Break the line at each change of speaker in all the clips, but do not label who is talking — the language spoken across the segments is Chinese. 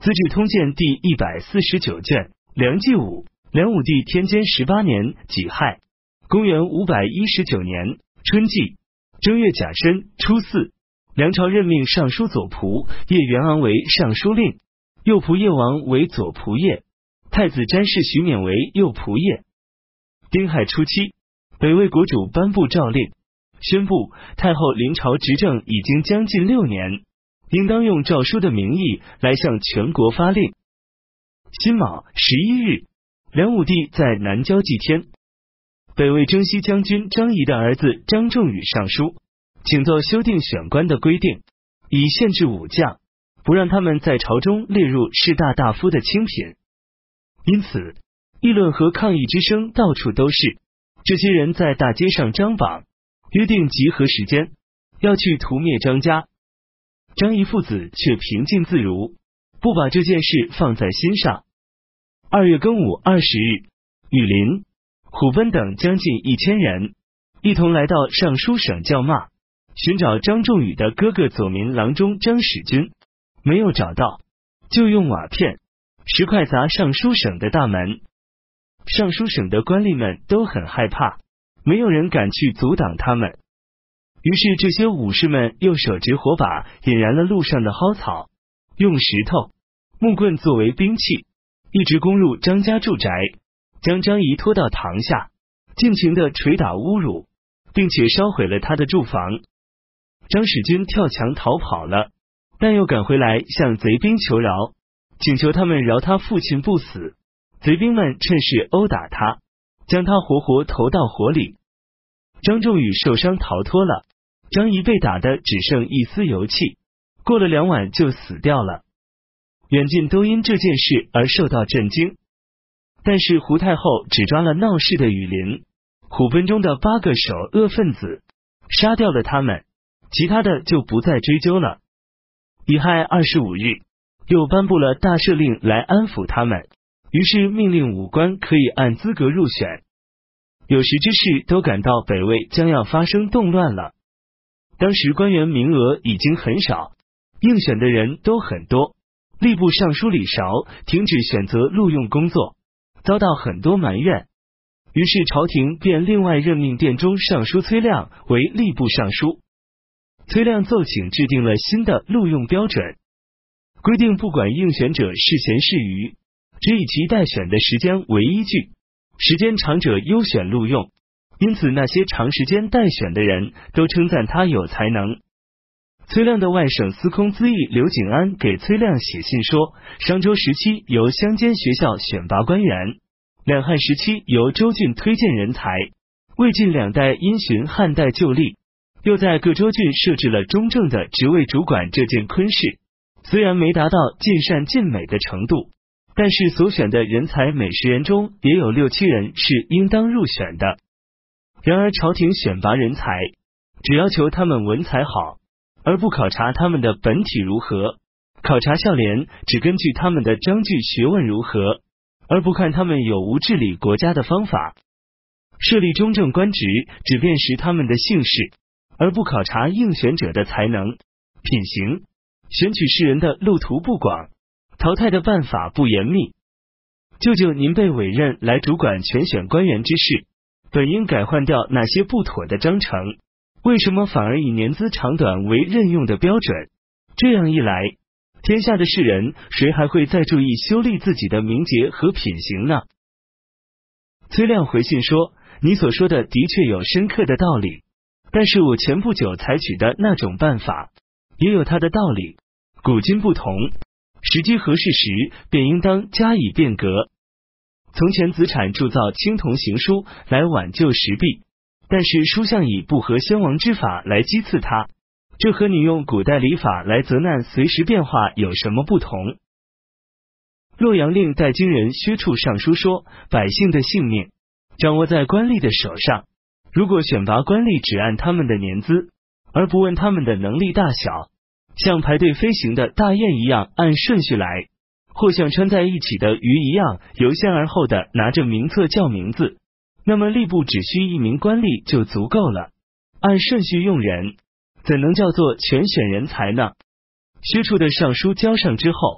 资治通鉴》第149卷，梁纪武，梁武帝天监18年己亥，公元519年春季正月甲申初4，梁朝任命尚书左仆射元昂为尚书令，右仆射王为左仆射，太子詹事许勉为右仆射。丁亥初7，北魏国主颁布诏令，宣布太后临朝执政已经将近6年，应当用诏书的名义来向全国发令。辛卯11日，梁武帝在南郊祭天。北魏征西将军张仪的儿子张仲宇上书，请奏修订选官的规定，以限制武将，不让他们在朝中列入士大大夫的清品。因此，议论和抗议之声到处都是。这些人在大街上张榜，约定集合时间，要去屠灭张家。张仪父子却平静自如，不把这件事放在心上。2月庚午20日，羽林、虎贲等将近1000人，一同来到尚书省叫骂，寻找张仲宇的哥哥左民郎中张使君，没有找到，就用瓦片、石块砸尚书省的大门。尚书省的官吏们都很害怕，没有人敢去阻挡他们。于是这些武士们又手执火把引燃了路上的蒿草，用石头、木棍作为兵器，一直攻入张家住宅，将张仪拖到堂下，尽情的捶打侮辱，并且烧毁了他的住房。张使君跳墙逃跑了，但又赶回来向贼兵求饶，请求他们饶他父亲不死。贼兵们趁势殴打他，将他活活投到火里。张仲宇受伤逃脱了，张仪被打得只剩一丝油气，过了2晚就死掉了。远近都因这件事而受到震惊，但是胡太后只抓了闹事的羽林、虎贲中的8个首恶分子，杀掉了他们，其他的就不再追究了。乙亥25日，又颁布了大赦令来安抚他们，于是命令武官可以按资格入选。有识之士都感到北魏将要发生动乱了。当时官员名额已经很少，应选的人都很多，吏部尚书李韶停止选择录用工作，遭到很多埋怨。于是朝廷便另外任命殿中尚书崔亮为吏部尚书。崔亮奏请制定了新的录用标准，规定不管应选者是贤是愚，只以其待选的时间为依据，时间长者优选录用。因此那些长时间待选的人都称赞他有才能。崔亮的外省司空资议刘景安给崔亮写信说，商周时期由乡间学校选拔官员，两汉时期由州郡推荐人才，魏晋2代因循汉代旧例，又在各州郡设置了中正的职位主管这件昆事。虽然没达到尽善尽美的程度，但是所选的人才每10人中也有6、7人是应当入选的。然而朝廷选拔人才，只要求他们文采好，而不考察他们的本体如何；考察孝廉，只根据他们的章句学问如何，而不看他们有无治理国家的方法。设立中正官职，只辨识他们的姓氏，而不考察应选者的才能、品行。选取士人的路途不广，淘汰的办法不严密。舅舅您被委任来主管全选官员之事，本应改换掉那些不妥的章程，为什么反而以年资长短为任用的标准？这样一来，天下的士人谁还会再注意修立自己的名节和品行呢？崔亮回信说，你所说的的确有深刻的道理，但是我前不久采取的那种办法也有它的道理，古今不同，时机合适时便应当加以变革。从前子产铸造青铜行书来挽救时弊，但是书相以不合先王之法来讥刺他，这和你用古代礼法来责难随时变化有什么不同？洛阳令带京人薛处上书说，百姓的性命掌握在官吏的手上，如果选拔官吏只按他们的年资，而不问他们的能力大小，像排队飞行的大雁一样按顺序来，或像穿在一起的鱼一样由先而后的拿着名册叫名字，那么吏部只需1名官吏就足够了。按顺序用人，怎能叫做全选人才呢？薛处的上书交上之后，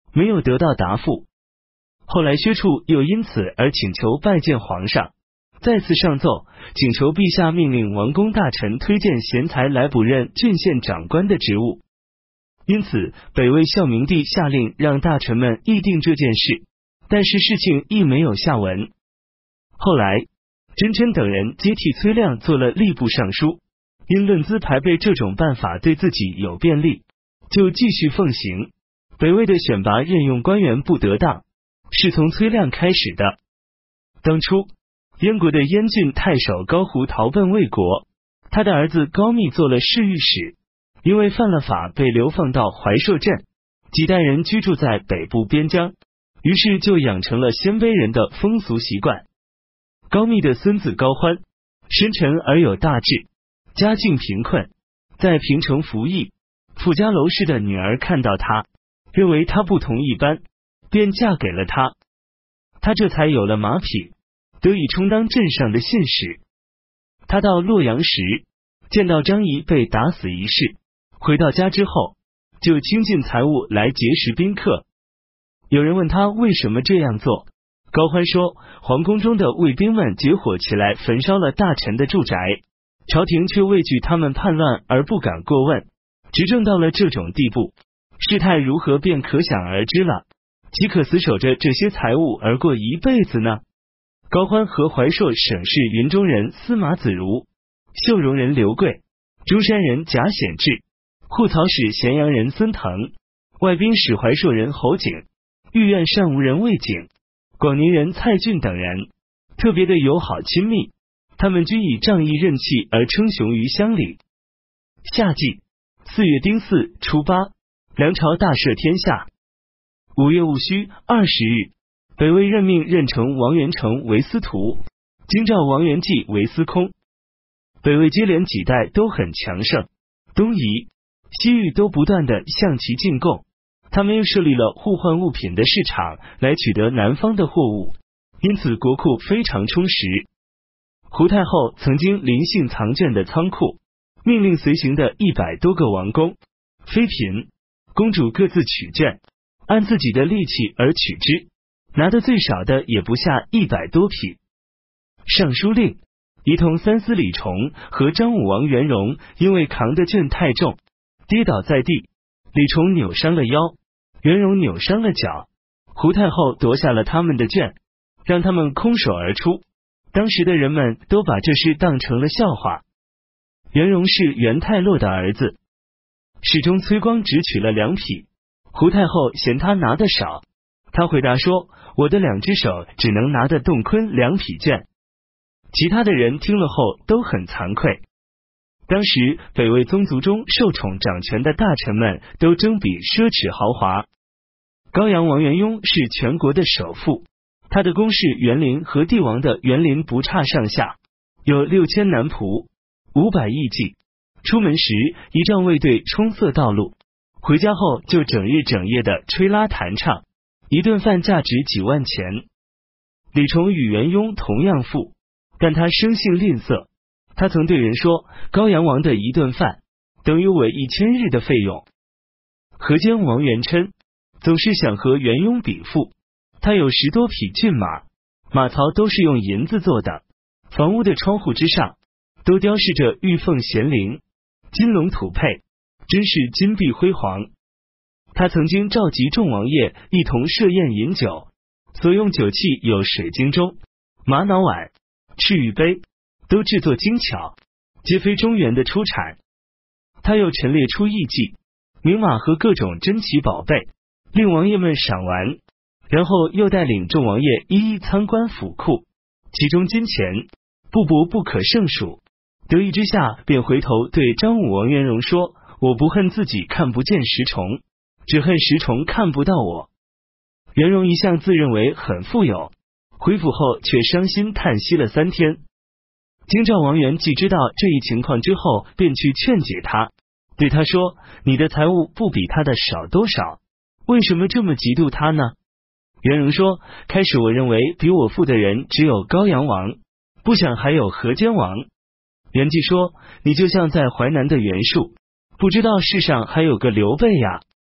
没有得到答复。后来薛处又因此而请求拜见皇上，再次上奏，请求陛下命令王公大臣推荐贤才来补任郡县长官的职务。因此北魏孝明帝下令让大臣们议定这件事，但是事情亦没有下文。后来甄宸等人接替崔亮做了吏部尚书，因论资排辈这种办法对自己有便利，就继续奉行。北魏的选拔任用官员不得当，是从崔亮开始的。当初燕国的燕郡太守高胡逃奔魏国，他的儿子高密做了侍御史，因为犯了法被流放到怀朔镇，几代人居住在北部边疆，于是就养成了鲜卑人的风俗习惯。高密的孙子高欢深沉而有大志，家境贫困，在平城服役。富家楼氏的女儿看到他，认为他不同一般，便嫁给了他。他这才有了马匹，得以充当镇上的信使。他到洛阳时，见到张仪被打死一事，回到家之后，就倾尽财物来结识宾客。有人问他为什么这样做，高欢说，皇宫中的卫兵们结伙起来焚烧了大臣的住宅，朝廷却畏惧他们叛乱而不敢过问，执政到了这种地步，事态如何便可想而知了，岂可死守着这些财物而过一辈子呢？高欢和怀朔省事云中人司马子如、秀容人刘贵、中山人贾显志、护曹使咸阳人孙腾、外兵使怀朔人侯景、御苑善吴人魏景、广宁人蔡俊等人特别的友好亲密，他们均以仗义任气而称雄于乡里。夏季4月丁巳初8，梁朝大赦天下。5月戊戌20日，北魏任命任城王元成为司徒，京兆王元济为司空。北魏接连几代都很强盛，东夷、西域都不断的向其进贡，他们又设立了互换物品的市场来取得南方的货物，因此国库非常充实。胡太后曾经临幸藏卷的仓库，命令随行的100多个王公、妃嫔、公主各自取卷，按自己的力气而取之，拿得最少的也不下100多匹。尚书令仪同三司李崇和张武王元荣因为扛的卷太重，跌倒在地，李崇扭伤了腰，元荣扭伤了脚。胡太后夺下了他们的卷，让他们空手而出。当时的人们都把这事当成了笑话。元荣是元泰洛的儿子，侍中崔光只取了2匹，胡太后嫌他拿得少，他回答说，我的2只手只能拿得动坤2匹卷。其他的人听了后都很惭愧。当时北魏宗族中受宠掌权的大臣们都争比奢侈豪华。高阳王元雍是全国的首富，他的宫室园林和帝王的园林不差上下，有6000男仆，500役骑。出门时仪仗卫队冲塞道路，回家后就整日整夜的吹拉弹唱，一顿饭价值几万钱。李崇与元雍同样富，但他生性吝啬，他曾对人说，高阳王的一顿饭等于我1000日的费用。河间王元琛总是想和元雍比富，他有10多匹骏马，马槽都是用银子做的，房屋的窗户之上都雕饰着玉凤衔铃，金龙吐佩，真是金碧辉煌。他曾经召集众王爷一同设宴饮酒，所用酒器有水晶钟、玛瑙碗、赤玉杯，都制作精巧，皆非中原的出产。他又陈列出艺伎、名马和各种珍奇宝贝，令王爷们赏玩，然后又带领众王爷一一参观府库，其中金钱布帛不可胜数。得意之下，便回头对张武王元荣说，我不恨自己看不见石虫，只恨石虫看不到我。元荣一向自认为很富有，回府后却伤心叹息了3天。京兆王元济知道这一情况之后，便去劝解他，对他说，你的财物不比他的少多少，为什么这么嫉妒他呢？元荣说，开始我认为比我富的人只有高阳王，不想还有河间王。元济说，你就像在淮南的袁术，不知道世上还有个刘备呀。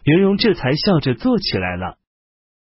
袁荣这才笑着坐起来了。